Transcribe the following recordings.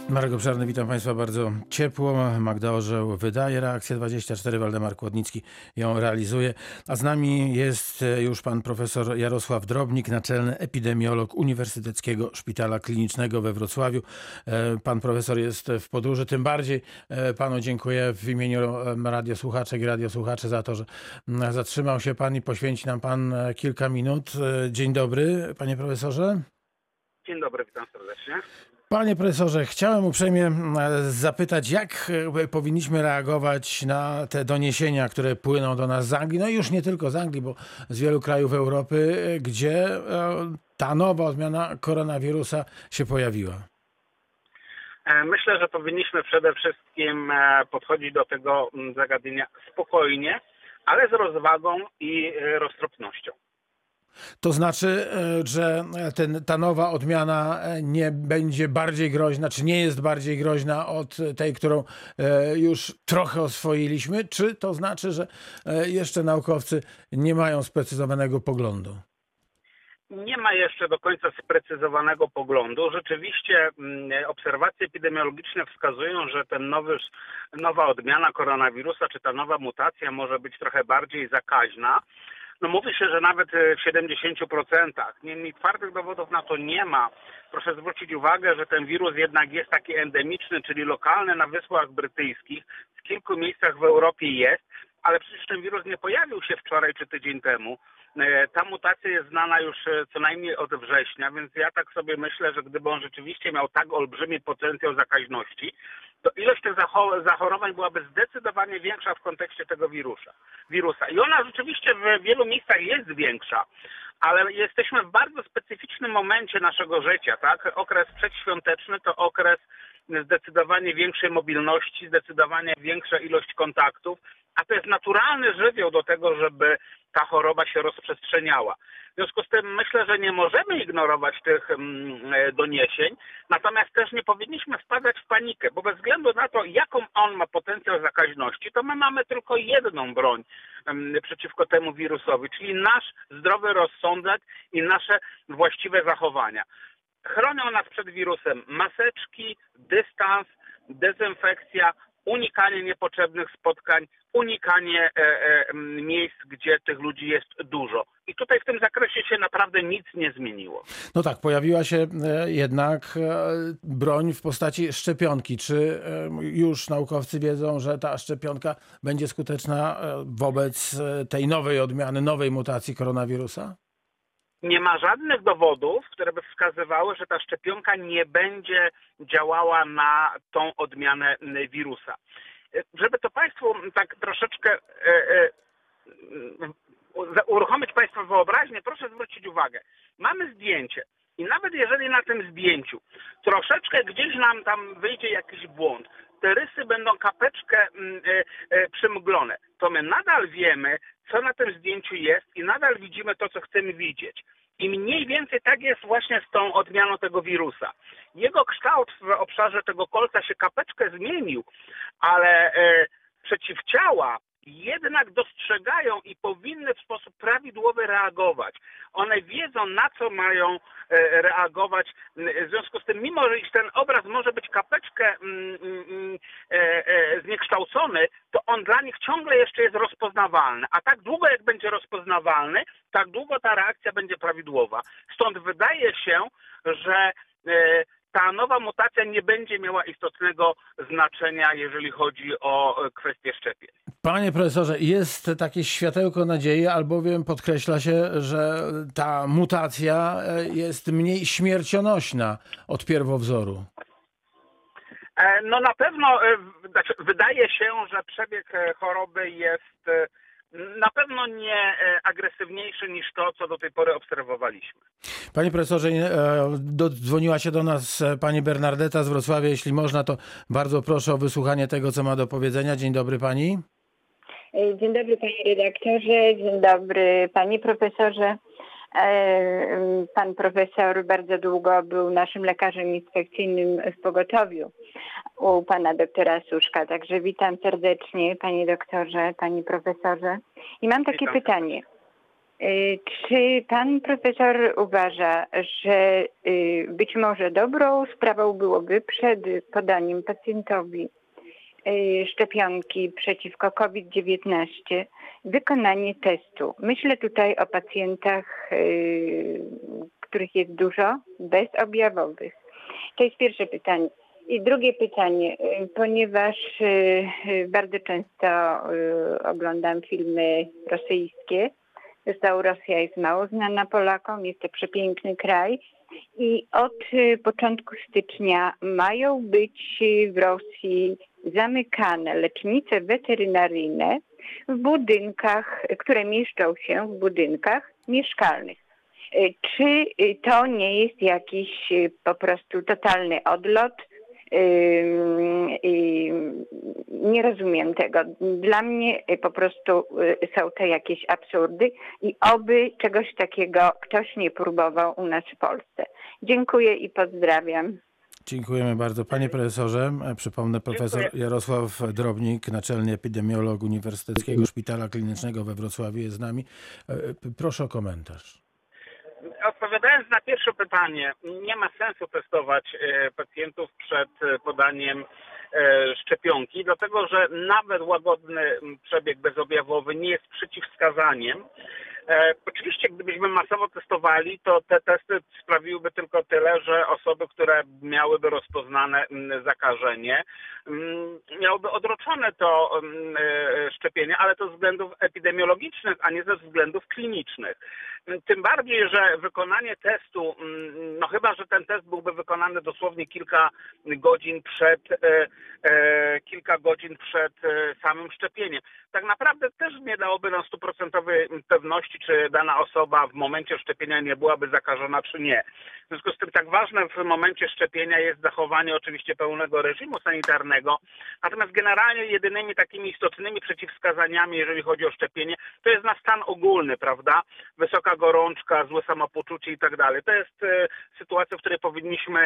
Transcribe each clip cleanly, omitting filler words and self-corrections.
Marek Obszarny, witam Państwa bardzo ciepło. Magda Orzeł wydaje Reakcję 24, Waldemar Kłodnicki ją realizuje. A z nami jest już pan profesor Jarosław Drobnik, naczelny epidemiolog Uniwersyteckiego Szpitala Klinicznego we Wrocławiu. Pan profesor jest w podróży, tym bardziej panu dziękuję w imieniu radiosłuchaczek i radiosłuchaczy za to, że zatrzymał się pan i poświęci nam pan kilka minut. Dzień dobry, panie profesorze. Dzień dobry, witam serdecznie. Panie profesorze, chciałem uprzejmie zapytać, jak powinniśmy reagować na te doniesienia, które płyną do nas z Anglii, no i już nie tylko z Anglii, bo z wielu krajów Europy, gdzie ta nowa odmiana koronawirusa się pojawiła. Myślę, że powinniśmy przede wszystkim podchodzić do tego zagadnienia spokojnie, ale z rozwagą i roztropnością. To znaczy, że ta nowa odmiana nie będzie bardziej groźna, czy nie jest bardziej groźna od tej, którą już trochę oswoiliśmy? Czy to znaczy, że jeszcze naukowcy nie mają sprecyzowanego poglądu? Nie ma jeszcze do końca sprecyzowanego poglądu. Rzeczywiście obserwacje epidemiologiczne wskazują, że nowa odmiana koronawirusa, czy ta nowa mutacja może być trochę bardziej zakaźna. No mówi się, że nawet w 70%. Niemniej twardych dowodów na to nie ma. Proszę zwrócić uwagę, że ten wirus jednak jest taki endemiczny, czyli lokalny na Wyspach Brytyjskich. W kilku miejscach w Europie jest, ale przecież ten wirus nie pojawił się wczoraj czy tydzień temu. Ta mutacja jest znana już co najmniej od września, więc ja tak sobie myślę, że gdyby on rzeczywiście miał tak olbrzymi potencjał zakaźności, to ilość tych zachorowań byłaby zdecydowanie większa w kontekście tego wirusa. I ona rzeczywiście w wielu miejscach jest większa, ale jesteśmy w bardzo specyficznym momencie naszego życia, tak? Okres przedświąteczny to okres zdecydowanie większej mobilności, zdecydowanie większa ilość kontaktów, a to jest naturalny żywioł do tego, żeby ta choroba się rozprzestrzeniała. W związku z tym myślę, że nie możemy ignorować tych doniesień, natomiast też nie powinniśmy wpadać w panikę, bo bez względu na to, jaką on ma potencjał zakaźności, to my mamy tylko jedną broń przeciwko temu wirusowi, czyli nasz zdrowy rozsądek i nasze właściwe zachowania. Chronią nas przed wirusem maseczki, dystans, dezynfekcja, unikanie niepotrzebnych spotkań, unikanie miejsc, gdzie tych ludzi jest dużo. I tutaj w tym zakresie się naprawdę nic nie zmieniło. No tak, pojawiła się jednak broń w postaci szczepionki. Czy już naukowcy wiedzą, że ta szczepionka będzie skuteczna wobec tej nowej odmiany, nowej mutacji koronawirusa? Nie ma żadnych dowodów, które by wskazywały, że ta szczepionka nie będzie działała na tą odmianę wirusa. Żeby to Państwu tak troszeczkę uruchomić Państwa wyobraźnię, proszę zwrócić uwagę. Mamy zdjęcie i nawet jeżeli na tym zdjęciu troszeczkę gdzieś nam tam wyjdzie jakiś błąd, te rysy będą kapeczkę przymglone, to my nadal wiemy, co na tym zdjęciu jest i nadal widzimy to, co chcemy widzieć. I mniej więcej tak jest właśnie z tą odmianą tego wirusa. Jego kształt w obszarze tego kolca się kapeczkę zmienił, ale przeciwciała jednak dostrzegają i powinny w sposób prawidłowy reagować. One wiedzą, na co mają reagować. W związku z tym, mimo że ten obraz może być kapeczkę zniekształcony, to on dla nich ciągle jeszcze jest rozpoznawalny. A tak długo jak będzie rozpoznawalny, tak długo ta reakcja będzie prawidłowa. Stąd wydaje się, że ta nowa mutacja nie będzie miała istotnego znaczenia, jeżeli chodzi o kwestię szczepień. Panie profesorze, jest takie światełko nadziei, albowiem podkreśla się, że ta mutacja jest mniej śmiercionośna od pierwowzoru. No na pewno, wydaje się, że przebieg choroby jest na pewno nie agresywniejszy niż to, co do tej pory obserwowaliśmy. Panie profesorze, dodzwoniła się do nas pani Bernardeta z Wrocławia. Jeśli można, to bardzo proszę o wysłuchanie tego, co ma do powiedzenia. Dzień dobry pani. Dzień dobry panie redaktorze, dzień dobry panie profesorze. Pan profesor bardzo długo był naszym lekarzem inspekcyjnym w pogotowiu u pana doktora Suszka. Także witam serdecznie panie doktorze, panie profesorze. I mam takie pytanie. Czy pan profesor uważa, że być może dobrą sprawą byłoby przed podaniem pacjentowi szczepionki przeciwko COVID-19 wykonanie testu? Myślę tutaj o pacjentach, których jest dużo, bezobjawowych. To jest pierwsze pytanie. I drugie pytanie, ponieważ bardzo często oglądam filmy rosyjskie. Zresztą Rosja jest mało znana Polakom, jest to przepiękny kraj i od początku stycznia mają być w Rosji zamykane lecznice weterynaryjne w budynkach, które mieszczą się w budynkach mieszkalnych. Czy to nie jest jakiś po prostu totalny odlot? Nie rozumiem tego. Dla mnie po prostu są to jakieś absurdy i oby czegoś takiego ktoś nie próbował u nas w Polsce. Dziękuję i pozdrawiam. Dziękujemy bardzo. Panie profesorze, przypomnę, profesor Jarosław Drobnik, naczelny epidemiolog Uniwersyteckiego Szpitala Klinicznego we Wrocławiu jest z nami. Proszę o komentarz. Odpowiadając na pierwsze pytanie, nie ma sensu testować pacjentów przed podaniem szczepionki, dlatego że nawet łagodny przebieg bezobjawowy nie jest przeciwwskazaniem. Oczywiście, gdybyśmy masowo testowali, to te testy sprawiłyby tylko tyle, że osoby, które miałyby rozpoznane zakażenie, miałyby odroczone to szczepienie, ale to ze względów epidemiologicznych, a nie ze względów klinicznych. Tym bardziej, że wykonanie testu, no chyba że ten test byłby wykonany dosłownie kilka godzin przed samym szczepieniem. Tak naprawdę też nie dałoby nam 100% pewności, czy dana osoba w momencie szczepienia nie byłaby zakażona, czy nie. W związku z tym tak ważne w momencie szczepienia jest zachowanie oczywiście pełnego reżimu sanitarnego, natomiast generalnie jedynymi takimi istotnymi przeciwwskazaniami, jeżeli chodzi o szczepienie, to jest na stan ogólny, prawda? Wysoka gorączka, złe samopoczucie i tak dalej. To jest sytuacja, w której powinniśmy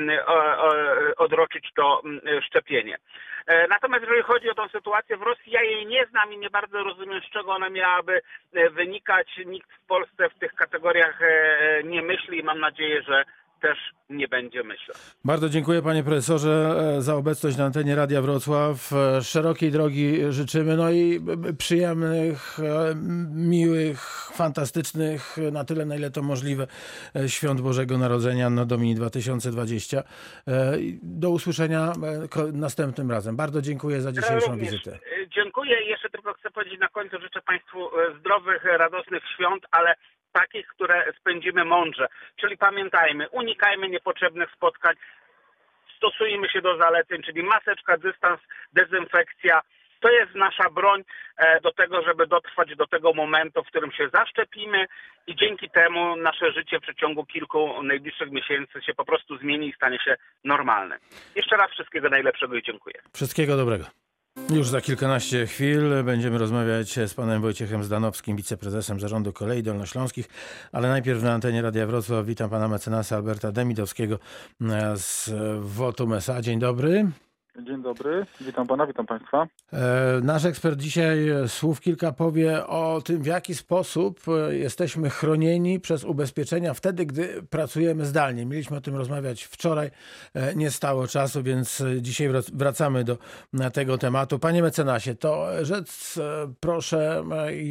odroczyć to szczepienie. Natomiast jeżeli chodzi o tę sytuację w Rosji, ja jej nie znam i nie bardzo rozumiem, z czego ona miałaby wynikać. Nikt w Polsce w tych kategoriach nie myśli i mam nadzieję, że też nie będzie myślał. Bardzo dziękuję, panie profesorze, za obecność na antenie Radia Wrocław. Szerokiej drogi życzymy, no i przyjemnych, miłych, fantastycznych, na tyle, na ile to możliwe, świąt Bożego Narodzenia Anno Domini 2020. Do usłyszenia następnym razem. Bardzo dziękuję za dzisiejszą wizytę. Dziękuję i jeszcze tylko chcę powiedzieć na końcu, życzę państwu zdrowych, radosnych świąt, ale takich, które spędzimy mądrze. Czyli pamiętajmy, unikajmy niepotrzebnych spotkań, stosujmy się do zaleceń, czyli maseczka, dystans, dezynfekcja. To jest nasza broń do tego, żeby dotrwać do tego momentu, w którym się zaszczepimy i dzięki temu nasze życie w przeciągu kilku najbliższych miesięcy się po prostu zmieni i stanie się normalne. Jeszcze raz wszystkiego najlepszego i dziękuję. Wszystkiego dobrego. Już za kilkanaście chwil będziemy rozmawiać z panem Wojciechem Zdanowskim, wiceprezesem Zarządu Kolei Dolnośląskich, ale najpierw na antenie Radia Wrocław witam pana mecenasa Alberta Demidowskiego z Votum S.A. Dzień dobry. Dzień dobry, witam pana, witam państwa. Nasz ekspert dzisiaj słów kilka powie o tym, w jaki sposób jesteśmy chronieni przez ubezpieczenia wtedy, gdy pracujemy zdalnie. Mieliśmy o tym rozmawiać wczoraj, nie stało czasu, więc dzisiaj wracamy do tego tematu. Panie mecenasie, to rzec proszę,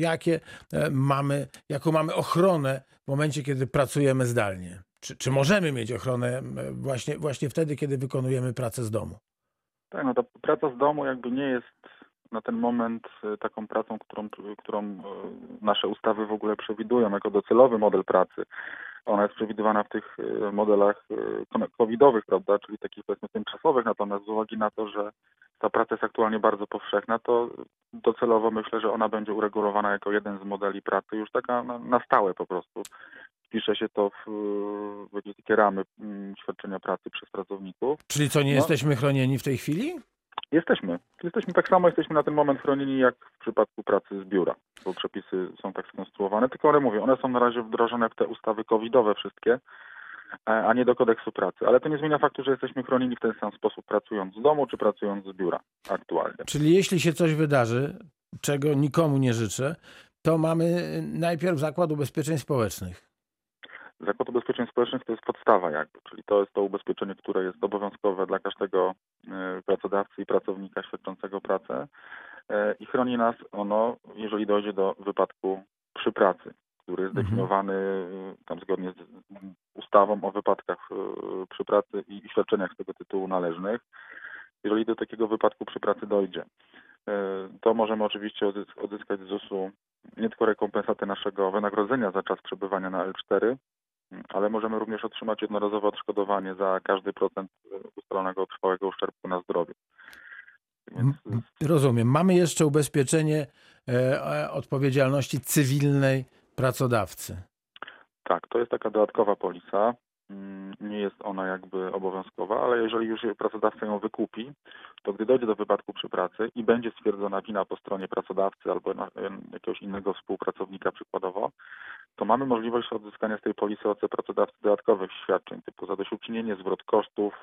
jaką mamy ochronę w momencie, kiedy pracujemy zdalnie? Czy możemy mieć ochronę właśnie wtedy, kiedy wykonujemy pracę z domu? Tak, no ta praca z domu jakby nie jest na ten moment taką pracą, którą nasze ustawy w ogóle przewidują jako docelowy model pracy. Ona jest przewidywana w tych modelach covidowych, prawda, czyli takich powiedzmy tymczasowych, natomiast z uwagi na to, że ta praca jest aktualnie bardzo powszechna, to docelowo myślę, że ona będzie uregulowana jako jeden z modeli pracy, już taka na stałe po prostu. Wpisze się to w jakieś takie ramy świadczenia pracy przez pracowników. Czyli co, nie jesteśmy chronieni w tej chwili? Jesteśmy tak samo, jesteśmy na ten moment chronieni jak w przypadku pracy z biura, bo przepisy są tak skonstruowane, tylko one są na razie wdrożone w te ustawy covidowe wszystkie, a nie do kodeksu pracy. Ale to nie zmienia faktu, że jesteśmy chronieni w ten sam sposób pracując z domu czy pracując z biura aktualnie. Czyli jeśli się coś wydarzy, czego nikomu nie życzę, to mamy najpierw Zakład Ubezpieczeń Społecznych. Zakład Ubezpieczeń Społecznych to jest podstawa jakby, czyli to jest to ubezpieczenie, które jest obowiązkowe dla każdego pracodawcy i pracownika świadczącego pracę i chroni nas ono, jeżeli dojdzie do wypadku przy pracy, który jest definiowany tam zgodnie z ustawą o wypadkach przy pracy i świadczeniach z tego tytułu należnych. Jeżeli do takiego wypadku przy pracy dojdzie, to możemy oczywiście odzyskać z ZUS-u nie tylko rekompensatę naszego wynagrodzenia za czas przebywania na L4, ale możemy również otrzymać jednorazowe odszkodowanie za każdy procent ustalonego trwałego uszczerbku na zdrowiu. Więc Rozumiem. Mamy jeszcze ubezpieczenie odpowiedzialności cywilnej pracodawcy. tak, to jest taka dodatkowa polisa. Nie jest ona jakby obowiązkowa, ale jeżeli już pracodawca ją wykupi, to gdy dojdzie do wypadku przy pracy i będzie stwierdzona wina po stronie pracodawcy albo jakiegoś innego współpracownika przykładowo, to mamy możliwość odzyskania z tej polisy OC pracodawcy dodatkowych świadczeń typu zadośćuczynienie, zwrot kosztów,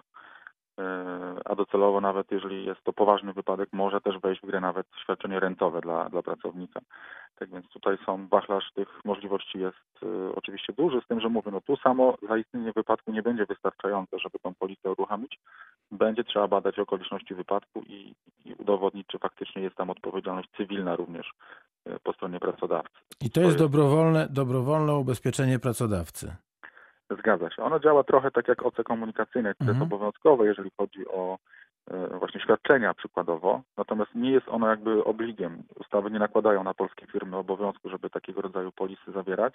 a docelowo nawet jeżeli jest to poważny wypadek, może też wejść w grę nawet świadczenie rentowe dla pracownika. Tak więc tutaj wachlarz tych możliwości jest oczywiście duży, z tym, że mówię, tu samo zaistnienie wypadku nie będzie wystarczające, żeby tą polisę uruchomić. Będzie trzeba badać okoliczności wypadku i udowodnić, czy faktycznie jest tam odpowiedzialność cywilna również po stronie pracodawcy. I to jest dobrowolne ubezpieczenie pracodawcy. Zgadza się. Ono działa trochę tak jak OC komunikacyjne, które jest obowiązkowe, jeżeli chodzi o właśnie świadczenia przykładowo, natomiast nie jest ono jakby obligiem. Ustawy nie nakładają na polskie firmy obowiązku, żeby takiego rodzaju polisy zawierać.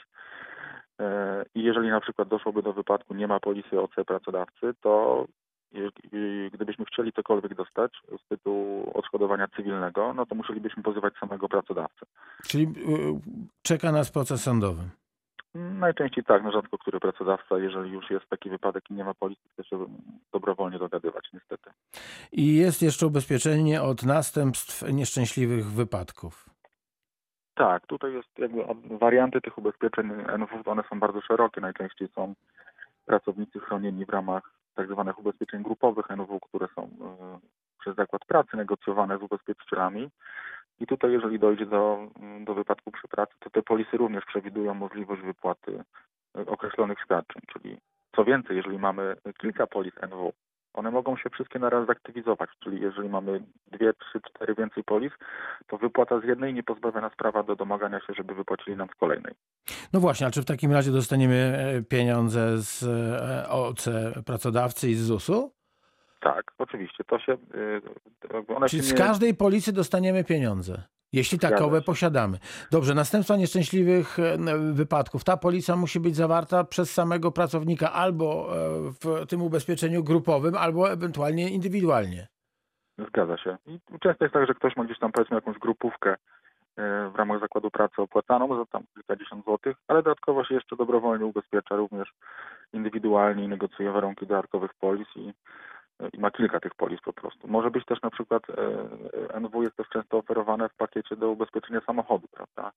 I jeżeli na przykład doszłoby do wypadku, nie ma polisy OC pracodawcy, to gdybyśmy chcieli cokolwiek dostać z tytułu odszkodowania cywilnego, no to musielibyśmy pozywać samego pracodawcę. Czyli czeka nas proces sądowy. Najczęściej tak, no rzadko który pracodawca, jeżeli już jest taki wypadek i nie ma policji, chce się dobrowolnie dogadywać niestety. I jest jeszcze ubezpieczenie od następstw nieszczęśliwych wypadków. Tak, tutaj jest jakby warianty tych ubezpieczeń NFZ, one są bardzo szerokie. Najczęściej są pracownicy chronieni w ramach tak zwanych ubezpieczeń grupowych NFZ, które są przez zakład pracy negocjowane z ubezpieczycielami. I tutaj, jeżeli dojdzie do wypadku przy pracy, to te polisy również przewidują możliwość wypłaty określonych świadczeń. Czyli co więcej, jeżeli mamy kilka polis NW, one mogą się wszystkie naraz zaktywizować. Czyli jeżeli mamy 2, 3, 4 więcej polis, to wypłata z jednej nie pozbawia nas prawa do domagania się, żeby wypłacili nam z kolejnej. No właśnie, a czy w takim razie dostaniemy pieniądze z OC pracodawcy i z ZUS-u? Tak, oczywiście. Czyli z każdej polisy dostaniemy pieniądze, jeśli takowe posiadamy. Dobrze, następstwa nieszczęśliwych wypadków. Ta polisa musi być zawarta przez samego pracownika albo w tym ubezpieczeniu grupowym, albo ewentualnie indywidualnie. Zgadza się. I często jest tak, że ktoś ma gdzieś tam powiedzmy jakąś grupówkę w ramach zakładu pracy opłacaną za tam kilkadziesiąt złotych, ale dodatkowo się jeszcze dobrowolnie ubezpiecza również indywidualnie i negocjuje warunki dodatkowych polis i ma kilka tych polis po prostu. Może być też na przykład NW jest też często oferowane w pakiecie do ubezpieczenia samochodu, prawda?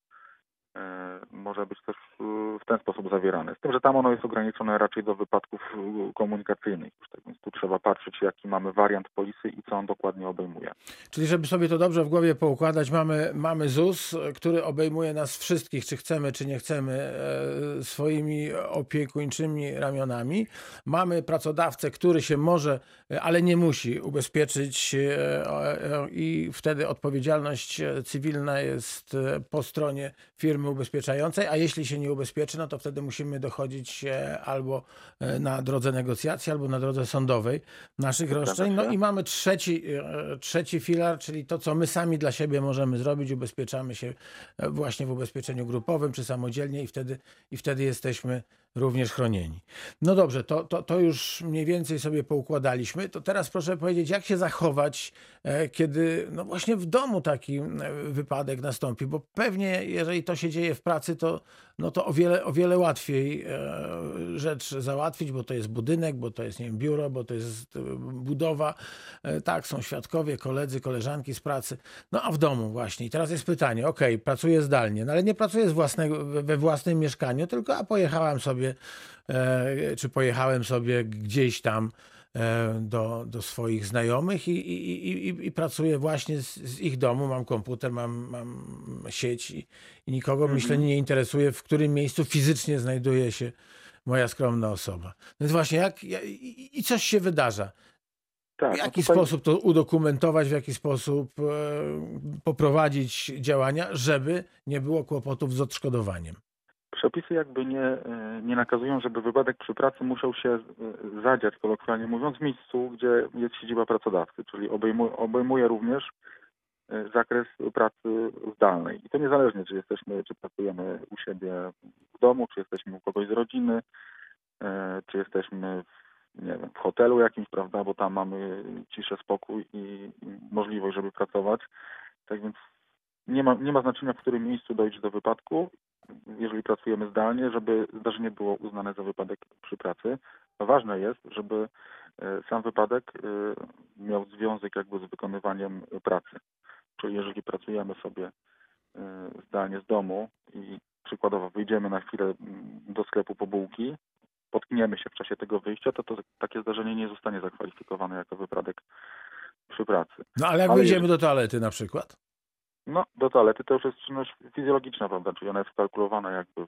Może być też w ten sposób zawierane. Z tym, że tam ono jest ograniczone raczej do wypadków komunikacyjnych. Tak więc tu trzeba patrzeć, jaki mamy wariant polisy i co on dokładnie obejmuje. Czyli żeby sobie to dobrze w głowie poukładać, mamy ZUS, który obejmuje nas wszystkich, czy chcemy, czy nie chcemy, swoimi opiekuńczymi ramionami. Mamy pracodawcę, który się może, ale nie musi ubezpieczyć i wtedy odpowiedzialność cywilna jest po stronie firmy ubezpieczającej, a jeśli się nie ubezpieczy, no to wtedy musimy dochodzić albo na drodze negocjacji, albo na drodze sądowej naszych roszczeń. No i mamy trzeci filar, czyli to, co my sami dla siebie możemy zrobić. Ubezpieczamy się właśnie w ubezpieczeniu grupowym, czy samodzielnie i wtedy jesteśmy również chronieni. No dobrze, to już mniej więcej sobie poukładaliśmy. To teraz proszę powiedzieć, jak się zachować, kiedy no właśnie w domu taki wypadek nastąpi, bo pewnie jeżeli to się dzieje w pracy, to o wiele łatwiej rzecz załatwić, bo to jest budynek, bo to jest, nie wiem, biuro, bo to jest budowa. Tak, są świadkowie, koledzy, koleżanki z pracy. No a w domu właśnie. I teraz jest pytanie, pracuję zdalnie, no ale nie pracuję we własnym mieszkaniu, tylko pojechałem sobie, czy pojechałem sobie gdzieś tam do swoich znajomych i pracuję właśnie z ich domu. Mam komputer, mam sieć i nikogo, myślę, nie interesuje, w którym miejscu fizycznie znajduje się moja skromna osoba. Więc właśnie i coś się wydarza. W Tak, no jaki tutaj sposób to udokumentować, w jaki sposób poprowadzić działania, żeby nie było kłopotów z odszkodowaniem? przepisy jakby nie nakazują, żeby wypadek przy pracy musiał się zadziać, kolokwialnie mówiąc, w miejscu, gdzie jest siedziba pracodawcy, czyli obejmuje również zakres pracy zdalnej. I to niezależnie, czy pracujemy u siebie w domu, czy jesteśmy u kogoś z rodziny, czy jesteśmy nie wiem, w hotelu jakimś, prawda, bo tam mamy ciszę, spokój i możliwość, żeby pracować. Tak więc nie ma znaczenia, w którym miejscu dojdzie do wypadku, jeżeli pracujemy zdalnie, żeby zdarzenie było uznane za wypadek przy pracy. No ważne jest, żeby sam wypadek miał związek jakby z wykonywaniem pracy. Czyli jeżeli pracujemy sobie zdalnie z domu i przykładowo wyjdziemy na chwilę do sklepu po bułki, potkniemy się w czasie tego wyjścia, to takie zdarzenie nie zostanie zakwalifikowane jako wypadek przy pracy. No ale jak wyjdziemy do toalety na przykład? No, do toalety to już jest czynność fizjologiczna, prawda, czyli ona jest wkalkulowana jakby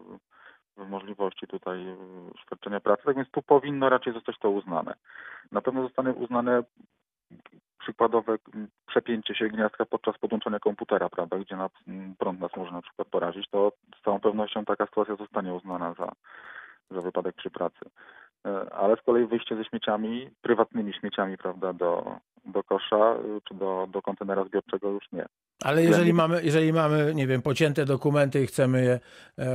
w możliwości tutaj świadczenia pracy, tak więc tu powinno raczej zostać to uznane. Na pewno zostanie uznane przykładowe przepięcie się gniazdka podczas podłączenia komputera, prawda, gdzie prąd nas może na przykład porazić, to z całą pewnością taka sytuacja zostanie uznana za wypadek przy pracy. Ale z kolei wyjście ze śmieciami, prywatnymi śmieciami, prawda, do kosza czy do kontenera zbiorczego już nie. Ale jeżeli mamy, nie wiem, pocięte dokumenty i chcemy je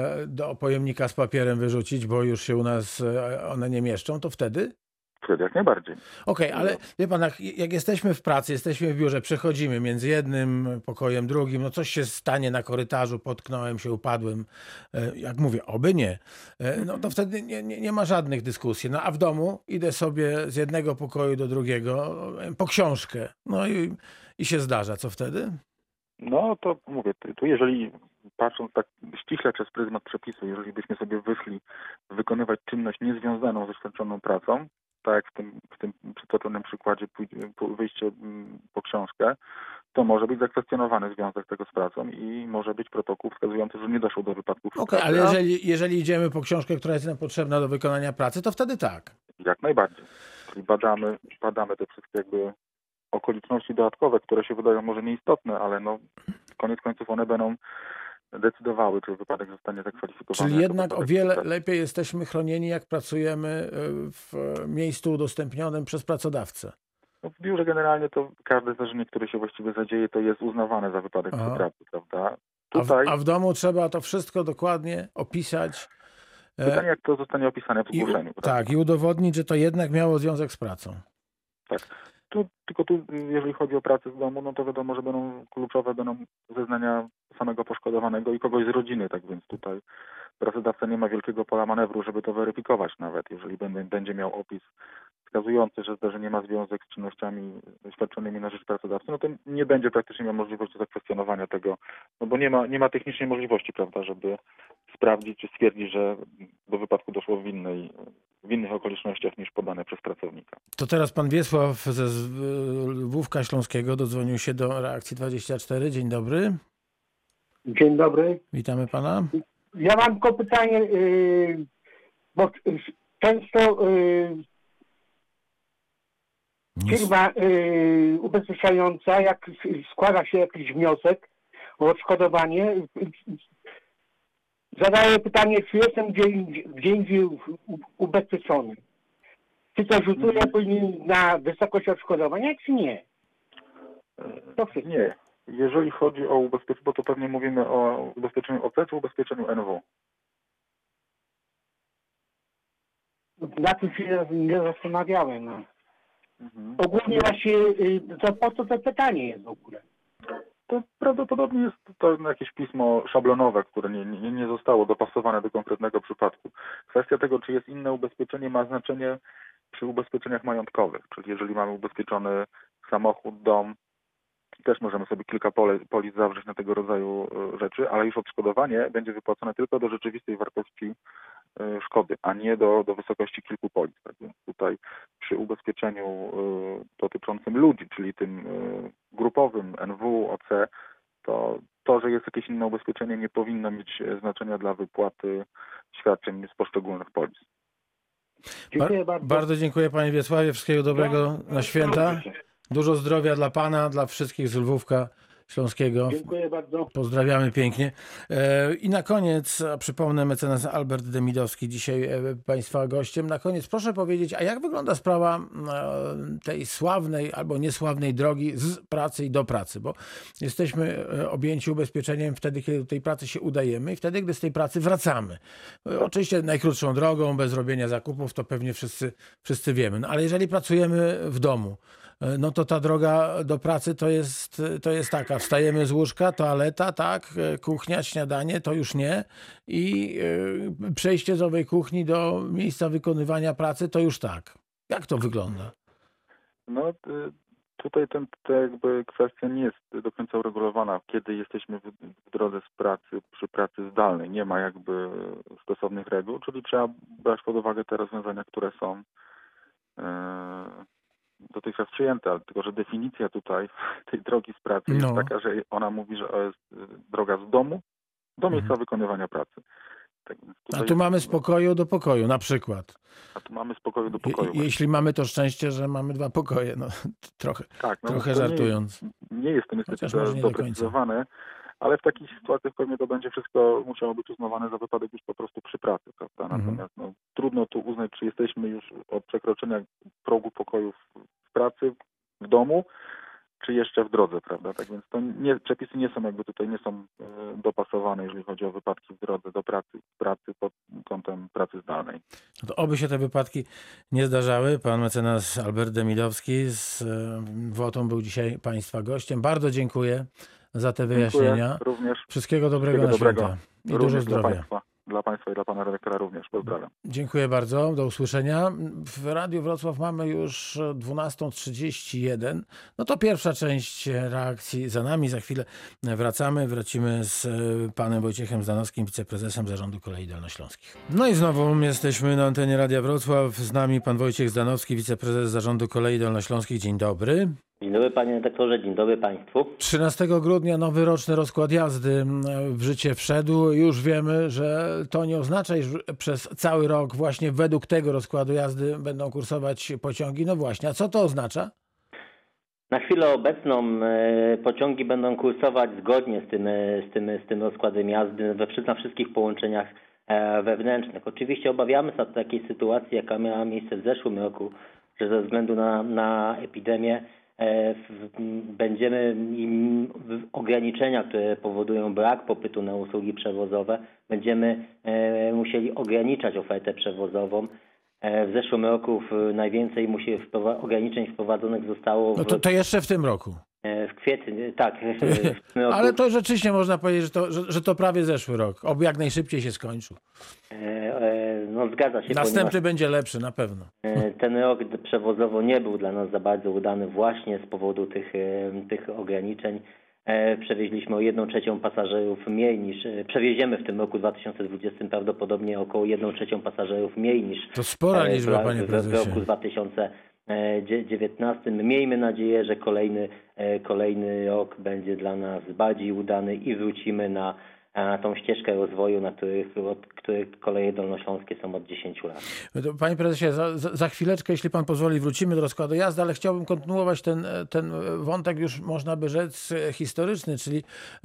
do pojemnika z papierem wyrzucić, bo już się u nas one nie mieszczą, to wtedy? Wtedy jak najbardziej. Okej, ale wie pan, jak jesteśmy w pracy, jesteśmy w biurze, przechodzimy między jednym pokojem, drugim, no coś się stanie na korytarzu, potknąłem się, upadłem, jak mówię, oby nie, no to wtedy nie ma żadnych dyskusji. No a w domu idę sobie z jednego pokoju do drugiego po książkę, no i się zdarza. Co wtedy? No to mówię, tu jeżeli patrząc tak ściśle przez pryzmat przepisu, jeżeli byśmy sobie wyszli wykonywać czynność niezwiązaną ze świadczoną pracą, tak jak w tym przytoczonym przykładzie wyjście po książkę, to może być zakwestionowany związek tego z pracą i może być protokół wskazujący, że nie doszło do wypadku przy pracy. Ale jeżeli idziemy po książkę, która jest nam potrzebna do wykonania pracy, to wtedy tak. Jak najbardziej. Czyli badamy te wszystkie jakby okoliczności dodatkowe, które się wydają może nieistotne, ale no koniec końców one będą decydowały, czy wypadek zostanie zakwalifikowany. Czyli jednak o wiele lepiej jesteśmy chronieni, jak pracujemy w miejscu udostępnionym przez pracodawcę. No w biurze generalnie to każde zdarzenie, które się właściwie zadzieje, to jest uznawane za wypadek przy pracy, prawda? A w domu trzeba to wszystko dokładnie opisać. Pytanie, jak to zostanie opisane w zgłoszeniu. Tak, i udowodnić, że to jednak miało związek z pracą. Tak. Tylko tu, jeżeli chodzi o pracę z domu, no to wiadomo, że kluczowe będą zeznania samego poszkodowanego i kogoś z rodziny, tak więc tutaj pracodawca nie ma wielkiego pola manewru, żeby to weryfikować nawet. Jeżeli będzie miał opis wskazujący, że zdarzenie ma związek z czynnościami świadczonymi na rzecz pracodawcy, no to nie będzie praktycznie miał możliwości zakwestionowania tego, no bo nie ma technicznej możliwości, prawda, żeby sprawdzić czy stwierdzić, że do wypadku doszło w innych okolicznościach niż podane przez pracownika. To teraz pan Wiesław ze Lwówka Śląskiego dodzwonił się do Reakcji 24. Dzień dobry. Dzień dobry. Witamy pana. Ja mam tylko pytanie, bo często firma ubezpieczająca, jak składa się jakiś wniosek o odszkodowanie, zadaje pytanie, czy jestem gdzie indziej ubezpieczony. Czy to rzutuje później na wysokość odszkodowania, czy nie? To wszystko. Nie. Jeżeli chodzi o ubezpieczenie, bo to pewnie mówimy o ubezpieczeniu OC czy ubezpieczeniu NW? Na tym się nie zastanawiałem. No. Ogólnie właśnie, to po co to pytanie jest w ogóle? To prawdopodobnie jest to jakieś pismo szablonowe, które nie zostało dopasowane do konkretnego przypadku. Kwestia tego, czy jest inne ubezpieczenie, ma znaczenie przy ubezpieczeniach majątkowych, czyli jeżeli mamy ubezpieczony samochód, dom, też możemy sobie kilka polis zawrzeć na tego rodzaju rzeczy, ale już odszkodowanie będzie wypłacone tylko do rzeczywistej wartości szkody, a nie do wysokości kilku polis. Tak więc tutaj przy ubezpieczeniu dotyczącym ludzi, czyli tym grupowym NW, OC, to, że jest jakieś inne ubezpieczenie, nie powinno mieć znaczenia dla wypłaty świadczeń z poszczególnych polis. Dziękuję bardzo. Bardzo dziękuję panie Wiesławie. Wszystkiego dobrego na święta. Dużo zdrowia dla pana, dla wszystkich z Lwówka Śląskiego. Dziękuję bardzo. Pozdrawiamy pięknie. I na koniec, a przypomnę, mecenas Albert Demidowski dzisiaj państwa gościem. Na koniec proszę powiedzieć, a jak wygląda sprawa tej sławnej albo niesławnej drogi z pracy i do pracy? Bo jesteśmy objęci ubezpieczeniem wtedy, kiedy do tej pracy się udajemy i wtedy, gdy z tej pracy wracamy. Oczywiście najkrótszą drogą, bez robienia zakupów, to pewnie wszyscy wiemy. No, ale jeżeli pracujemy w domu, no to ta droga do pracy to jest taka. Wstajemy z łóżka, toaleta, tak, kuchnia, śniadanie, to już nie. I przejście z owej kuchni do miejsca wykonywania pracy, to już tak. Jak to wygląda? No tutaj ta jakby kwestia nie jest do końca uregulowana, kiedy jesteśmy w drodze z pracy, przy pracy zdalnej. Nie ma jakby stosownych reguł, czyli trzeba brać pod uwagę te rozwiązania, które są dotychczas przyjęte, tylko że definicja tutaj tej drogi z pracy jest taka, że ona mówi, że to jest droga z domu do miejsca wykonywania pracy. Tak więc a tu mamy z pokoju do pokoju na przykład. A tu mamy z pokoju do pokoju. Jeśli mamy to szczęście, że mamy 2 pokoje, no trochę, tak, no, trochę żartując. Nie jest to niestety doprecyzowane, ale w takich sytuacjach pewnie to będzie wszystko musiało być uznawane za wypadek już po prostu przy pracy, prawda? Natomiast trudno tu uznać, czy jesteśmy już od przekroczenia progu pokoju w pracy, w domu, czy jeszcze w drodze, prawda? Tak więc przepisy nie są jakby tutaj nie są dopasowane, jeżeli chodzi o wypadki w drodze do pracy pod kątem pracy zdalnej. No to oby się te wypadki nie zdarzały. Pan mecenas Albert Demidowski z WOT-ą był dzisiaj państwa gościem. Bardzo dziękuję za te wyjaśnienia. Dziękuję również. Wszystkiego dobrego na święta. I również dużo zdrowia. Dla państwa i dla pana redaktora również. Pozdrawiam. Dziękuję bardzo. Do usłyszenia. W Radiu Wrocław mamy już 12:31. No to pierwsza część reakcji za nami. Za chwilę wracimy z panem Wojciechem Zdanowskim, wiceprezesem Zarządu Kolei Dolnośląskich. No i znowu jesteśmy na antenie Radia Wrocław. Z nami pan Wojciech Zdanowski, wiceprezes Zarządu Kolei Dolnośląskich. Dzień dobry. Dzień dobry panie redaktorze, dzień dobry państwu. 13 grudnia nowy roczny rozkład jazdy w życie wszedł. Już wiemy, że to nie oznacza, iż przez cały rok właśnie według tego rozkładu jazdy będą kursować pociągi. No właśnie, a co to oznacza? Na chwilę obecną pociągi będą kursować zgodnie z tym rozkładem jazdy na wszystkich połączeniach wewnętrznych. Oczywiście obawiamy się takiej sytuacji, jaka miała miejsce w zeszłym roku, że ze względu na epidemię będziemy ograniczenia, które powodują brak popytu na usługi przewozowe, będziemy musieli ograniczać ofertę przewozową. W zeszłym roku najwięcej ograniczeń wprowadzonych zostało to jeszcze w tym roku. W kwietniu, tak. W tym roku. Ale to rzeczywiście można powiedzieć, że to prawie zeszły rok. Oby jak najszybciej się skończył. No zgadza się. Następny będzie lepszy na pewno. Ten rok przewozowo nie był dla nas za bardzo udany właśnie z powodu tych ograniczeń. Przewieźliśmy o 1/3 pasażerów mniej niż... Przewieziemy w tym roku 2020 prawdopodobnie około 1/3 pasażerów mniej niż... To spora liczba, panie prezesie. W roku 2019. Miejmy nadzieję, że kolejny rok będzie dla nas bardziej udany i wrócimy na tą ścieżkę rozwoju, na których koleje dolnośląskie są od 10 lat. Panie prezesie, za chwileczkę, jeśli pan pozwoli, wrócimy do rozkładu jazdy, ale chciałbym kontynuować ten wątek już można by rzec historyczny, czyli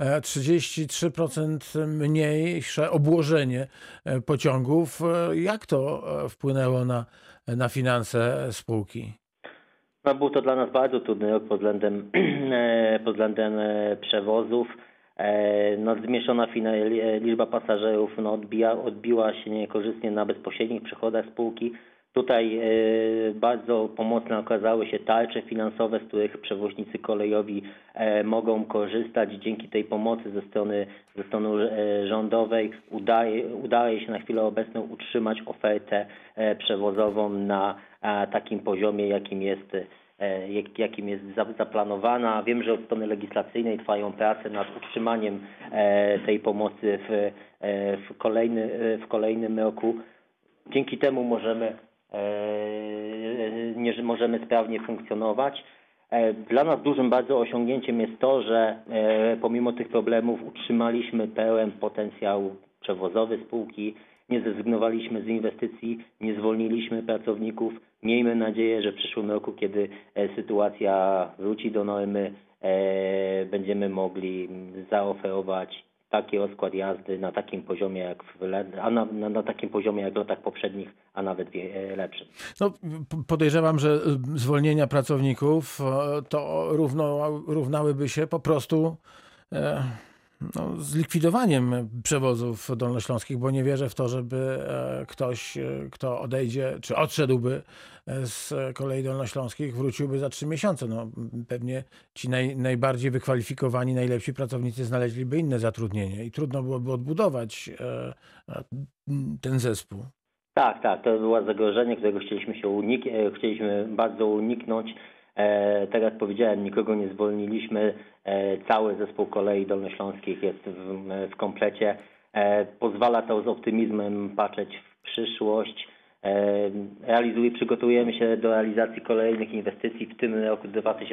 33% mniejsze obłożenie pociągów. Jak to wpłynęło na finanse spółki? No, był to dla nas bardzo trudny rok pod względem przewozów. No, zmniejszona liczba pasażerów odbiła się niekorzystnie na bezpośrednich przychodach spółki. Tutaj bardzo pomocne okazały się tarcze finansowe, z których przewoźnicy kolejowi mogą korzystać. Dzięki tej pomocy ze strony rządowej udaje się na chwilę obecną utrzymać ofertę przewozową na takim poziomie, jakim jest jakim jest zaplanowana. Wiem, że od strony legislacyjnej trwają prace nad utrzymaniem tej pomocy w kolejnym roku. Dzięki temu możemy sprawnie funkcjonować. Dla nas dużym bardzo osiągnięciem jest to, że pomimo tych problemów utrzymaliśmy pełen potencjał przewozowy spółki, nie zrezygnowaliśmy z inwestycji, nie zwolniliśmy pracowników. Miejmy nadzieję, że w przyszłym roku, kiedy sytuacja wróci do normy, będziemy mogli zaoferować taki rozkład jazdy na takim poziomie jak na takim poziomie jak w latach poprzednich, a nawet lepszym. No, podejrzewam, że zwolnienia pracowników to równałyby się po prostu zlikwidowaniem przewozów dolnośląskich, bo nie wierzę w to, żeby ktoś, kto odejdzie, czy odszedłby z kolei dolnośląskich, wróciłby za 3 miesiące. No, pewnie ci najbardziej wykwalifikowani, najlepsi pracownicy znaleźliby inne zatrudnienie i trudno byłoby odbudować ten zespół. Tak, to było zagrożenie, którego chcieliśmy bardzo uniknąć. Tak jak powiedziałem, nikogo nie zwolniliśmy. Cały zespół kolei dolnośląskich jest w komplecie. Pozwala to z optymizmem patrzeć w przyszłość. Przygotujemy się do realizacji kolejnych inwestycji. W tym roku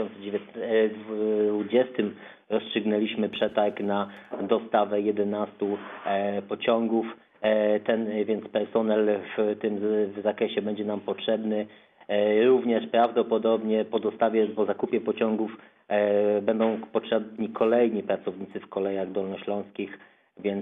2020 rozstrzygnęliśmy przetarg na dostawę 11 pociągów. Więc personel w tym zakresie będzie nam potrzebny. Również prawdopodobnie po zakupie pociągów będą potrzebni kolejni pracownicy w kolejach dolnośląskich, więc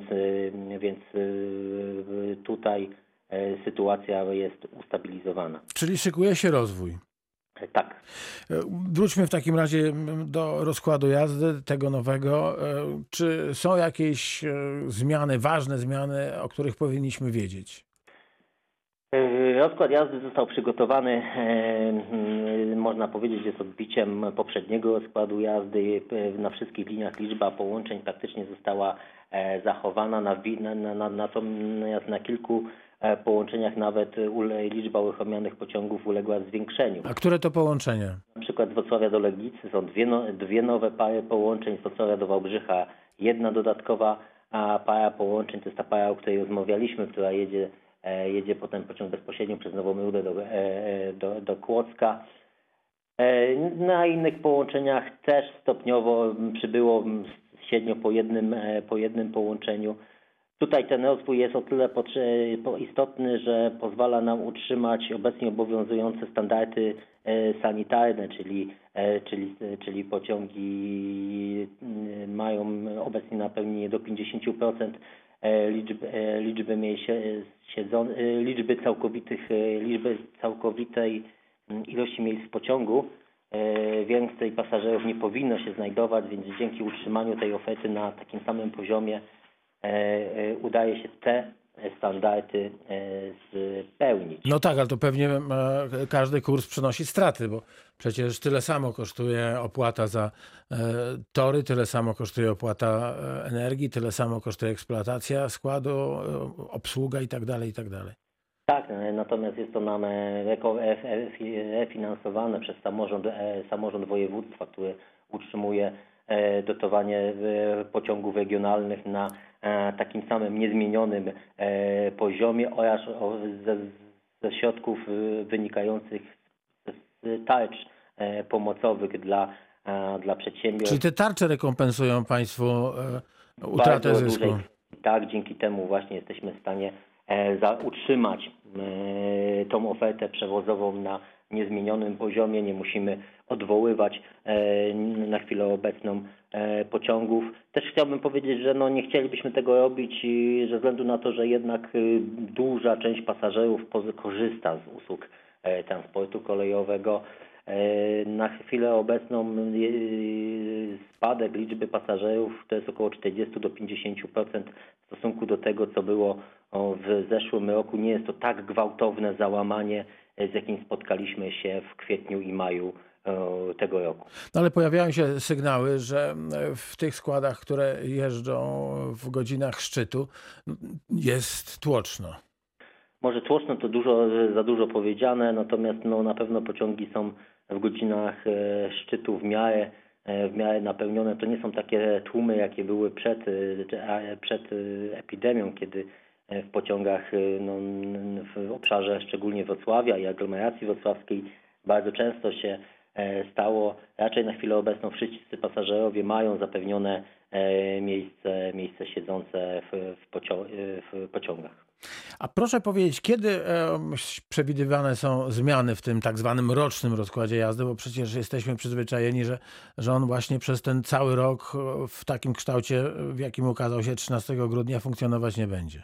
tutaj sytuacja jest ustabilizowana. Czyli szykuje się rozwój. Tak. Wróćmy w takim razie do rozkładu jazdy, tego nowego. Czy są jakieś zmiany, ważne zmiany, o których powinniśmy wiedzieć? Rozkład jazdy został przygotowany, można powiedzieć, jest odbiciem poprzedniego rozkładu jazdy. Na wszystkich liniach liczba połączeń praktycznie została zachowana, natomiast na kilku połączeniach nawet liczba uruchomionych pociągów uległa zwiększeniu. A które to połączenia? Na przykład z Wrocławia do Legnicy są dwie nowe pary połączeń, z Wrocławia do Wałbrzycha jedna dodatkowa para połączeń, to jest ta para, o której rozmawialiśmy, która jedzie potem pociąg bezpośrednio przez Nową Rudę do Kłodzka. Na innych połączeniach też stopniowo przybyło średnio po jednym połączeniu. Tutaj ten rozwój jest o tyle istotny, że pozwala nam utrzymać obecnie obowiązujące standardy sanitarne, czyli pociągi mają obecnie napełnienie do 50% liczby całkowitej ilości miejsc w pociągu. Więcej pasażerów nie powinno się znajdować, więc dzięki utrzymaniu tej oferty na takim samym poziomie udaje się te standardy spełnić. No tak, ale to pewnie każdy kurs przynosi straty, bo przecież tyle samo kosztuje opłata za tory, tyle samo kosztuje opłata energii, tyle samo kosztuje eksploatacja składu, obsługa i tak dalej, i tak dalej. Tak, natomiast jest to nam refinansowane przez samorząd województwa, który utrzymuje dotowanie pociągów regionalnych na takim samym niezmienionym poziomie oraz ze środków wynikających z tarcz pomocowych dla przedsiębiorstw. Czyli te tarcze rekompensują Państwu utratę zysku? Tak, dzięki temu właśnie jesteśmy w stanie utrzymać tą ofertę przewozową na niezmienionym poziomie. Nie musimy odwoływać na chwilę obecną pociągów. Też chciałbym powiedzieć, że nie chcielibyśmy tego robić ze względu na to, że jednak duża część pasażerów korzysta z usług transportu kolejowego. Na chwilę obecną spadek liczby pasażerów to jest około 40 do 50% w stosunku do tego, co było w zeszłym roku. Nie jest to tak gwałtowne załamanie, z jakim spotkaliśmy się w kwietniu i maju tego roku. No ale pojawiają się sygnały, że w tych składach, które jeżdżą w godzinach szczytu, jest tłoczno. Może tłoczno to za dużo powiedziane, natomiast na pewno pociągi są w godzinach szczytu w miarę napełnione. To nie są takie tłumy, jakie były przed epidemią, kiedy w pociągach w obszarze szczególnie Wrocławia i aglomeracji wrocławskiej bardzo często się stało. Raczej na chwilę obecną wszyscy pasażerowie mają zapewnione miejsce siedzące w pociągach. A proszę powiedzieć, kiedy przewidywane są zmiany w tym tak zwanym rocznym rozkładzie jazdy, bo przecież jesteśmy przyzwyczajeni, że on właśnie przez ten cały rok w takim kształcie, w jakim ukazał się 13 grudnia, funkcjonować nie będzie.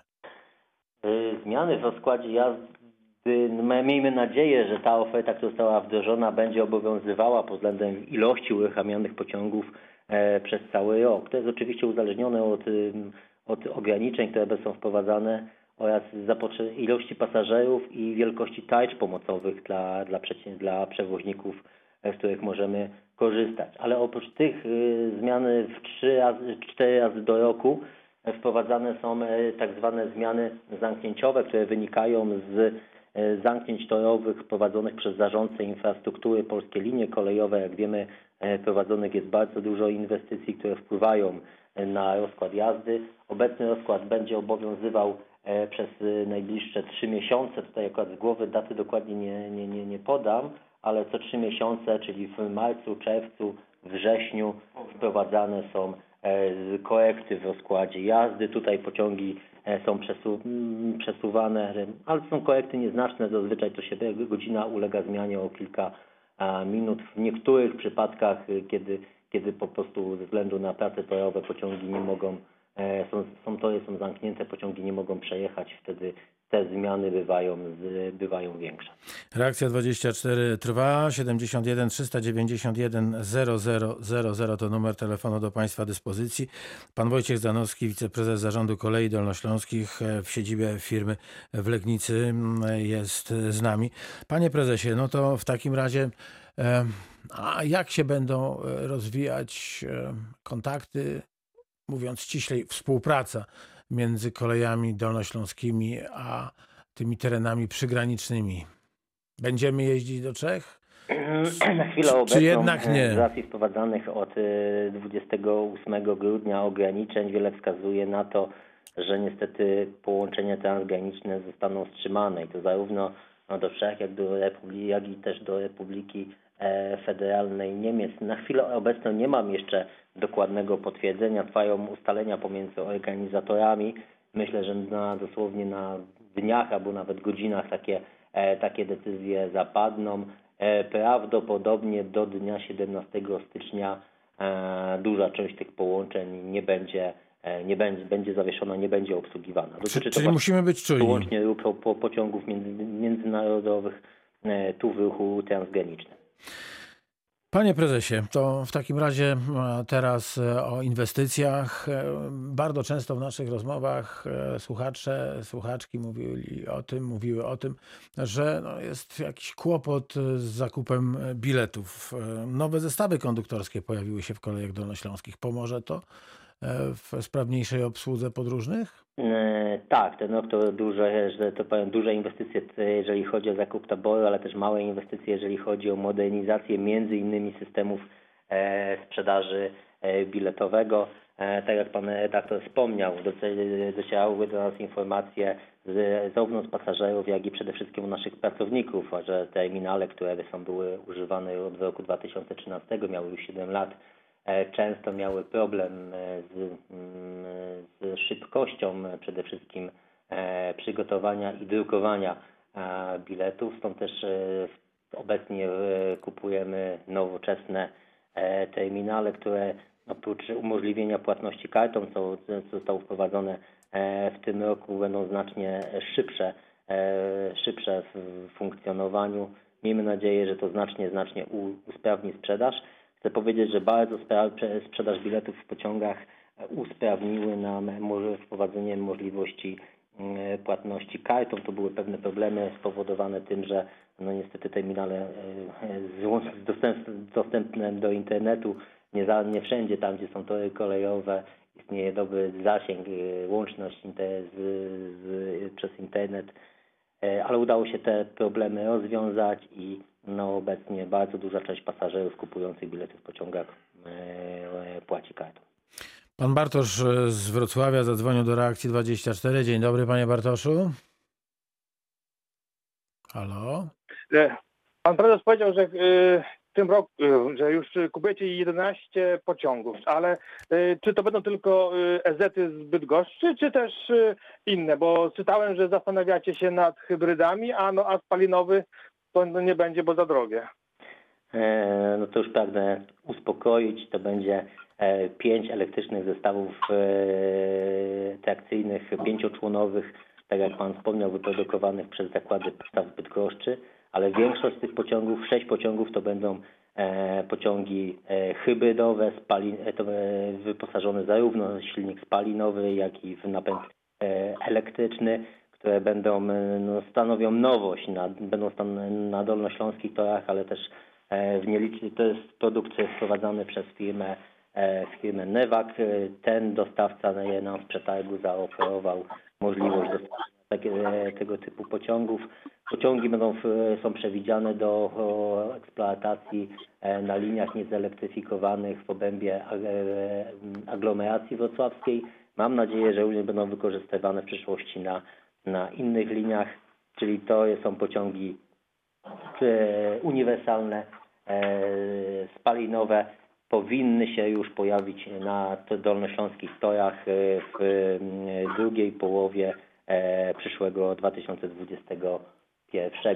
Zmiany w rozkładzie jazdy, miejmy nadzieję, że ta oferta, która została wdrożona, będzie obowiązywała pod względem ilości uruchamianych pociągów przez cały rok. To jest oczywiście uzależnione od ograniczeń, które są wprowadzane oraz ilości pasażerów i wielkości tarcz pomocowych dla przewoźników, z których możemy korzystać. Ale oprócz tych zmian w 4 razy do roku wprowadzane są tak zwane zmiany zamknięciowe, które wynikają z zamknięć torowych prowadzonych przez zarządcę infrastruktury Polskie Linie Kolejowe. Jak wiemy, prowadzonych jest bardzo dużo inwestycji, które wpływają na rozkład jazdy. Obecny rozkład będzie obowiązywał przez najbliższe 3 miesiące. Tutaj akurat z głowy daty dokładnie nie podam, ale co 3 miesiące, czyli w marcu, czerwcu, wrześniu wprowadzane są korekty w rozkładzie jazdy. Tutaj pociągi są przesuwane, ale to są korekty nieznaczne. Zazwyczaj to się godzina ulega zmianie o kilka minut. W niektórych przypadkach, kiedy po prostu ze względu na prace torowe pociągi nie mogą, tory są zamknięte, pociągi nie mogą przejechać, wtedy te zmiany bywają większe. Reakcja 24 trwa, 71 391 0000 to numer telefonu do Państwa dyspozycji. Pan Wojciech Zdanowski, wiceprezes Zarządu Kolei Dolnośląskich w siedzibie firmy w Legnicy jest z nami. Panie prezesie, no to w takim razie a jak się będą rozwijać kontakty, mówiąc ściślej, współpraca między kolejami dolnośląskimi a tymi terenami przygranicznymi? Będziemy jeździć do Czech? Na chwilę obecną, czy jednak nie? Z racji wprowadzanych od 28 grudnia ograniczeń, wiele wskazuje na to, że niestety połączenia transgraniczne zostaną wstrzymane i to zarówno do Czech, jak i też do Republiki Federalnej Niemiec. Na chwilę obecną nie mam jeszcze dokładnego potwierdzenia. Trwają ustalenia pomiędzy organizatorami. Myślę, że dosłownie na dniach albo nawet godzinach takie decyzje zapadną. Prawdopodobnie do dnia 17 stycznia duża część tych połączeń będzie zawieszona, nie będzie obsługiwana. Czyli musimy być czujni. Wyłącznie pociągów międzynarodowych tu w ruchu transgranicznym. Panie prezesie, to w takim razie teraz o inwestycjach. Bardzo często w naszych rozmowach słuchaczki mówiły o tym, że jest jakiś kłopot z zakupem biletów. Nowe zestawy konduktorskie pojawiły się w kolejach dolnośląskich. Pomoże to w sprawniejszej obsłudze podróżnych? Tak, ten rok to duże inwestycje, jeżeli chodzi o zakup taboru, ale też małe inwestycje, jeżeli chodzi o modernizację między innymi systemów sprzedaży biletowego. Tak jak pan redaktor wspomniał, docierały do nas informacje zarówno z pasażerów, jak i przede wszystkim naszych pracowników, że terminale, które były używane od roku 2013, miały już 7 lat, często miały problem z szybkością przede wszystkim przygotowania i drukowania biletów. Stąd też obecnie kupujemy nowoczesne terminale, które oprócz umożliwienia płatności kartą, co zostało wprowadzone w tym roku, będą znacznie szybsze w funkcjonowaniu. Miejmy nadzieję, że to znacznie usprawni sprzedaż. Chcę powiedzieć, że bardzo sprzedaż biletów w pociągach usprawniły nam wprowadzenie możliwości płatności kartą. To były pewne problemy spowodowane tym, że niestety terminale dostępne do internetu nie wszędzie tam, gdzie są tory kolejowe, istnieje dobry zasięg, łączność przez internet, ale udało się te problemy rozwiązać i no obecnie bardzo duża część pasażerów kupujących bilety w pociągach płaci kartą. Pan Bartosz z Wrocławia zadzwonił do Reakcji 24. Dzień dobry, panie Bartoszu. Halo? Pan prezes powiedział, że w tym roku, że już kupujecie 11 pociągów, ale czy to będą tylko EZ-y z Bydgoszczy, czy też inne? Bo czytałem, że zastanawiacie się nad hybrydami, a spalinowy to nie będzie, bo za drogie. No to już pragnę uspokoić, to będzie 5 elektrycznych zestawów trakcyjnych, 5-członowych, tak jak pan wspomniał, wyprodukowanych przez zakłady postaw w Bydgoszczy, ale większość z tych pociągów, 6 pociągów to będą pociągi hybrydowe, wyposażone zarówno w silnik spalinowy, jak i w napęd elektryczny, które stanowią nowość, będą na dolnośląskich torach, ale też to jest produkt sprowadzany przez firmę Newag. Ten dostawca nam z przetargu zaoferował możliwość dostarczenia tego typu pociągów. Pociągi są przewidziane do eksploatacji na liniach niezelektryfikowanych w obrębie aglomeracji wrocławskiej. Mam nadzieję, że również będą wykorzystywane w przyszłości na innych liniach, czyli to są pociągi uniwersalne, spalinowe, powinny się już pojawić na dolnośląskich torach w drugiej połowie przyszłego 2021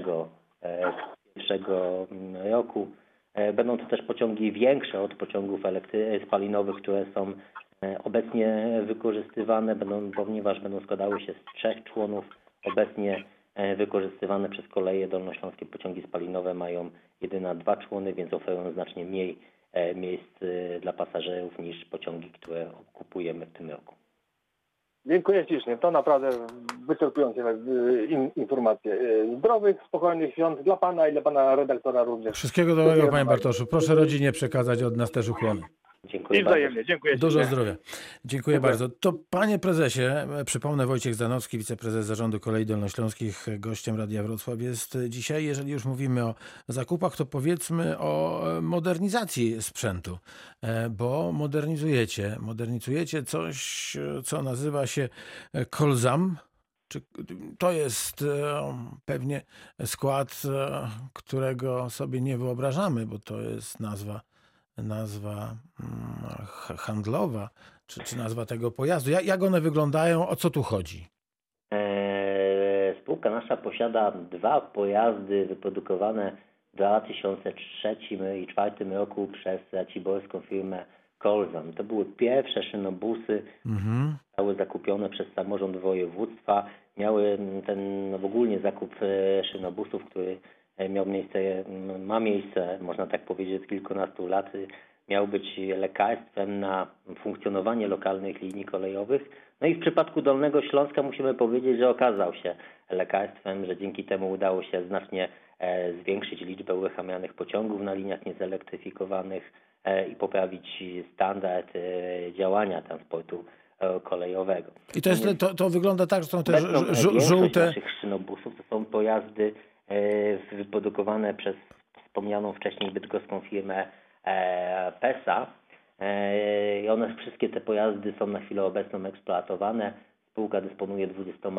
roku. Będą to też pociągi większe od pociągów spalinowych, które są obecnie wykorzystywane, ponieważ będą składały się z 3 członów. Obecnie wykorzystywane przez koleje dolnośląskie pociągi spalinowe mają jedynie 2 człony, więc oferują znacznie mniej miejsc dla pasażerów niż pociągi, które kupujemy w tym roku. Dziękuję ślicznie. To naprawdę wyczerpujące informacje. Zdrowych, spokojnych świąt dla pana i dla pana redaktora również. Wszystkiego dobrego, panie Bartoszu. Proszę rodzinie przekazać od nas też ukłony. Dziękuję I wzajemnie. Dziękuję Dużo ślicznie. zdrowia. Dziękuję bardzo. To panie prezesie, przypomnę, Wojciech Zanocki, wiceprezes Zarządu Kolei Dolnośląskich, gościem Radia Wrocław jest dzisiaj. Jeżeli już mówimy o zakupach, to powiedzmy o modernizacji sprzętu, bo modernizujecie coś, co nazywa się Kolzam. Czy to jest pewnie skład, którego sobie nie wyobrażamy, bo to jest nazwa handlowa, czy nazwa tego pojazdu. Jak one wyglądają? O co tu chodzi? Spółka nasza posiada 2 pojazdy wyprodukowane w 2003 i 2004 roku przez raciborską firmę Kolzam. To były pierwsze szynobusy, zostały zakupione przez samorząd województwa. Miały ogólnie zakup szynobusów, który ma miejsce, można tak powiedzieć, od kilkunastu lat, miał być lekarstwem na funkcjonowanie lokalnych linii kolejowych. No i w przypadku Dolnego Śląska musimy powiedzieć, że okazał się lekarstwem, że dzięki temu udało się znacznie zwiększyć liczbę uruchamianych pociągów na liniach niezelektryfikowanych i poprawić standard działania transportu kolejowego. I to wygląda tak, że są te żółte... naszych szynobusów to są pojazdy wyprodukowane przez wspomnianą wcześniej bydgoską firmę PESA. I wszystkie te pojazdy są na chwilę obecną eksploatowane. Spółka dysponuje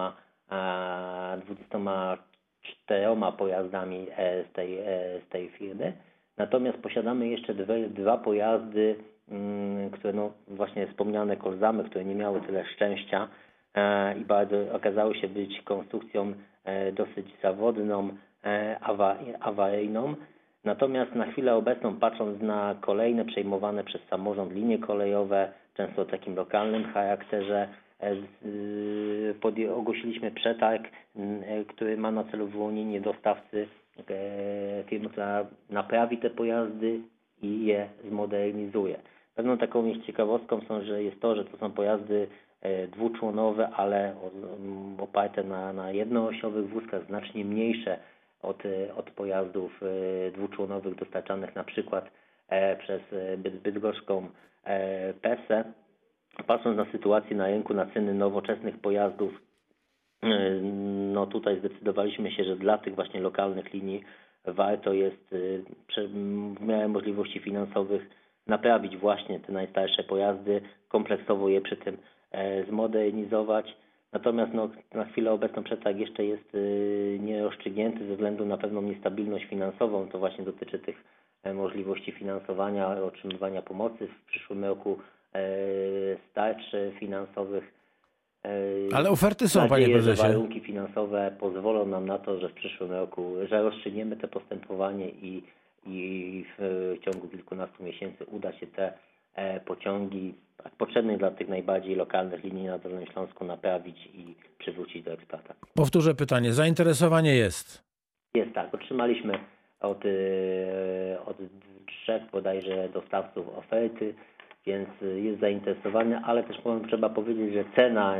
24 pojazdami z tej firmy. Natomiast posiadamy jeszcze 2 pojazdy, które właśnie wspomniane Kolzamy, które nie miały tyle szczęścia i okazały się być konstrukcją dosyć zawodną, awaryjną. Natomiast na chwilę obecną, patrząc na kolejne przejmowane przez samorząd linie kolejowe, często o takim lokalnym charakterze, ogłosiliśmy przetarg, który ma na celu wyłonienie dostawcy, firmy, która naprawi te pojazdy i je zmodernizuje. Pewną taką ciekawostką jest to, że to są pojazdy 2-członowe, ale oparte na jednoosiowych wózkach, znacznie mniejsze od pojazdów 2-członowych dostarczanych na przykład przez bydgoską PESę. Patrząc na sytuację na rynku, na ceny nowoczesnych pojazdów, no tutaj zdecydowaliśmy się, że dla tych właśnie lokalnych linii warto jest w miarę możliwości finansowych naprawić właśnie te najstarsze pojazdy, kompleksowo je przy tym zmodernizować. Natomiast na chwilę obecną przetarg jeszcze jest nierozstrzygnięty ze względu na pewną niestabilność finansową. To właśnie dotyczy tych możliwości finansowania, otrzymywania pomocy w przyszłym roku, starć finansowych. Ale oferty są, Mam panie nadzieję, że prezesie. warunki finansowe pozwolą nam na to, że w przyszłym roku, że rozstrzygniemy to postępowanie i w ciągu kilkunastu miesięcy uda się te pociągi potrzebne dla tych najbardziej lokalnych linii na Dolnym Śląsku naprawić i przywrócić do eksploatacji. Powtórzę pytanie. Zainteresowanie jest. Jest tak, otrzymaliśmy od 3 bodajże dostawców oferty, więc jest zainteresowanie, ale też trzeba powiedzieć, że cena,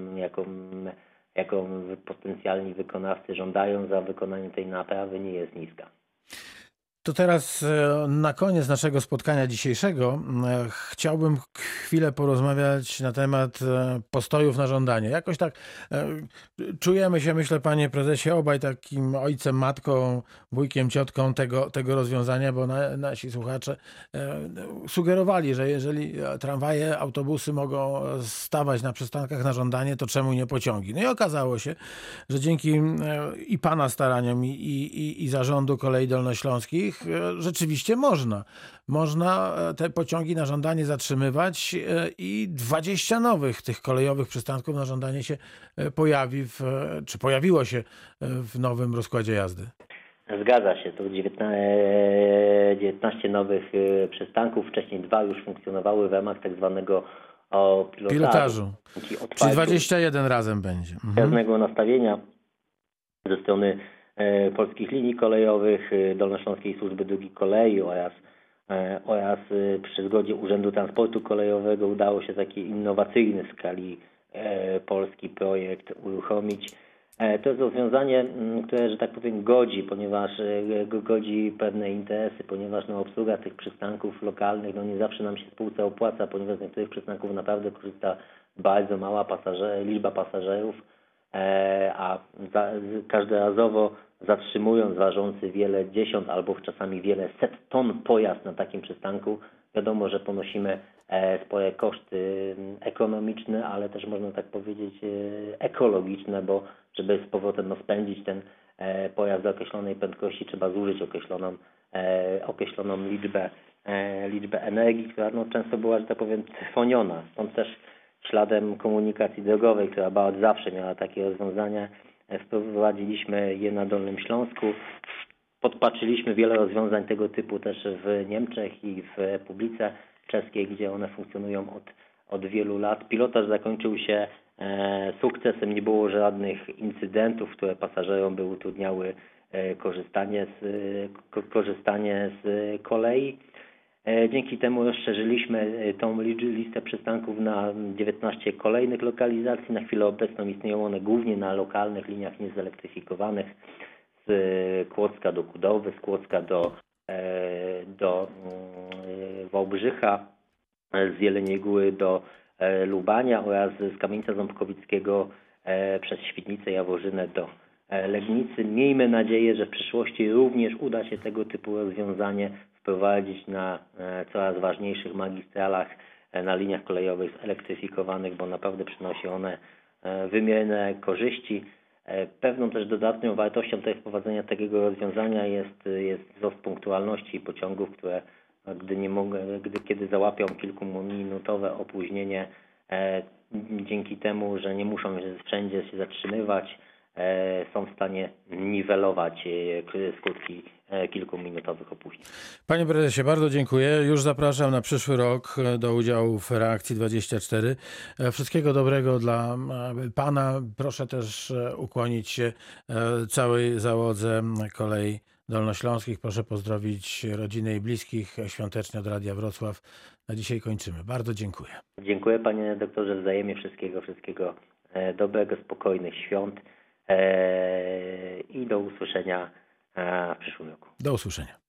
jaką potencjalni wykonawcy żądają za wykonanie tej naprawy, nie jest niska. To teraz na koniec naszego spotkania dzisiejszego chciałbym chwilę porozmawiać na temat postojów na żądanie. Jakoś tak czujemy się, myślę, panie prezesie, obaj takim ojcem, matką, wujkiem, ciotką tego rozwiązania, bo nasi słuchacze sugerowali, że jeżeli tramwaje, autobusy mogą stawać na przystankach na żądanie, to czemu nie pociągi? No i okazało się, że dzięki i pana staraniom i zarządu Kolei Dolnośląskich rzeczywiście można te pociągi na żądanie zatrzymywać i 20 nowych tych kolejowych przystanków na żądanie się pojawiło się w nowym rozkładzie jazdy. Zgadza się, to 19 nowych przystanków, wcześniej 2 już funkcjonowały w ramach tak zwanego pilotażu. Czyli 21 razem będzie. Jasnego nastawienia ze strony Polskich Linii Kolejowych, Dolnośląskiej Służby Dróg Kolei oraz przy zgodzie Urzędu Transportu Kolejowego udało się taki innowacyjny w skali polski projekt uruchomić. To jest rozwiązanie, które, że tak powiem, godzi pewne interesy, ponieważ obsługa tych przystanków lokalnych nie zawsze nam się spółce opłaca, ponieważ z niektórych przystanków naprawdę korzysta bardzo mała liczba pasażerów, a każdorazowo zatrzymując ważący wiele dziesiąt albo czasami wiele set ton pojazd na takim przystanku, wiadomo, że ponosimy spore koszty ekonomiczne, ale też można tak powiedzieć ekologiczne, bo żeby z powrotem spędzić ten pojazd do określonej prędkości, trzeba zużyć określoną liczbę energii, która często była, że tak powiem, trwoniona. Stąd też śladem komunikacji drogowej, która od zawsze miała takie rozwiązania, wprowadziliśmy je na Dolnym Śląsku. Podpatrzyliśmy wiele rozwiązań tego typu też w Niemczech i w Republice Czeskiej, gdzie one funkcjonują od wielu lat. Pilotaż zakończył się sukcesem, nie było żadnych incydentów, które pasażerom by utrudniały korzystanie z kolei. Dzięki temu rozszerzyliśmy tą listę przystanków na 19 kolejnych lokalizacji. Na chwilę obecną istnieją one głównie na lokalnych liniach niezelektryfikowanych z Kłodzka do Kudowy, z Kłodzka do Wałbrzycha, z Jeleniej Góry do Lubania oraz z Kamieńca Ząbkowickiego przez Świdnicę, Jaworzynę do Legnicy. Miejmy nadzieję, że w przyszłości również uda się tego typu rozwiązanie wprowadzić na coraz ważniejszych magistralach, na liniach kolejowych zelektryfikowanych, bo naprawdę przynosi one wymierne korzyści. Pewną też dodatnią wartością wprowadzenia takiego rozwiązania jest wzrost punktualności pociągów, które kiedy załapią kilkuminutowe opóźnienie, dzięki temu, że nie muszą wszędzie się zatrzymywać, są w stanie niwelować skutki kilkuminutowych opóźnień. Panie prezesie, bardzo dziękuję. Już zapraszam na przyszły rok do udziału w Reakcji 24. Wszystkiego dobrego dla pana. Proszę też ukłonić się całej załodze Kolei Dolnośląskich. Proszę pozdrowić rodziny i bliskich świątecznie od Radia Wrocław. Na dzisiaj kończymy. Bardzo dziękuję. Dziękuję panie doktorze wzajemnie. Wszystkiego dobrego, spokojnych świąt i do usłyszenia w przyszłym roku. Do usłyszenia.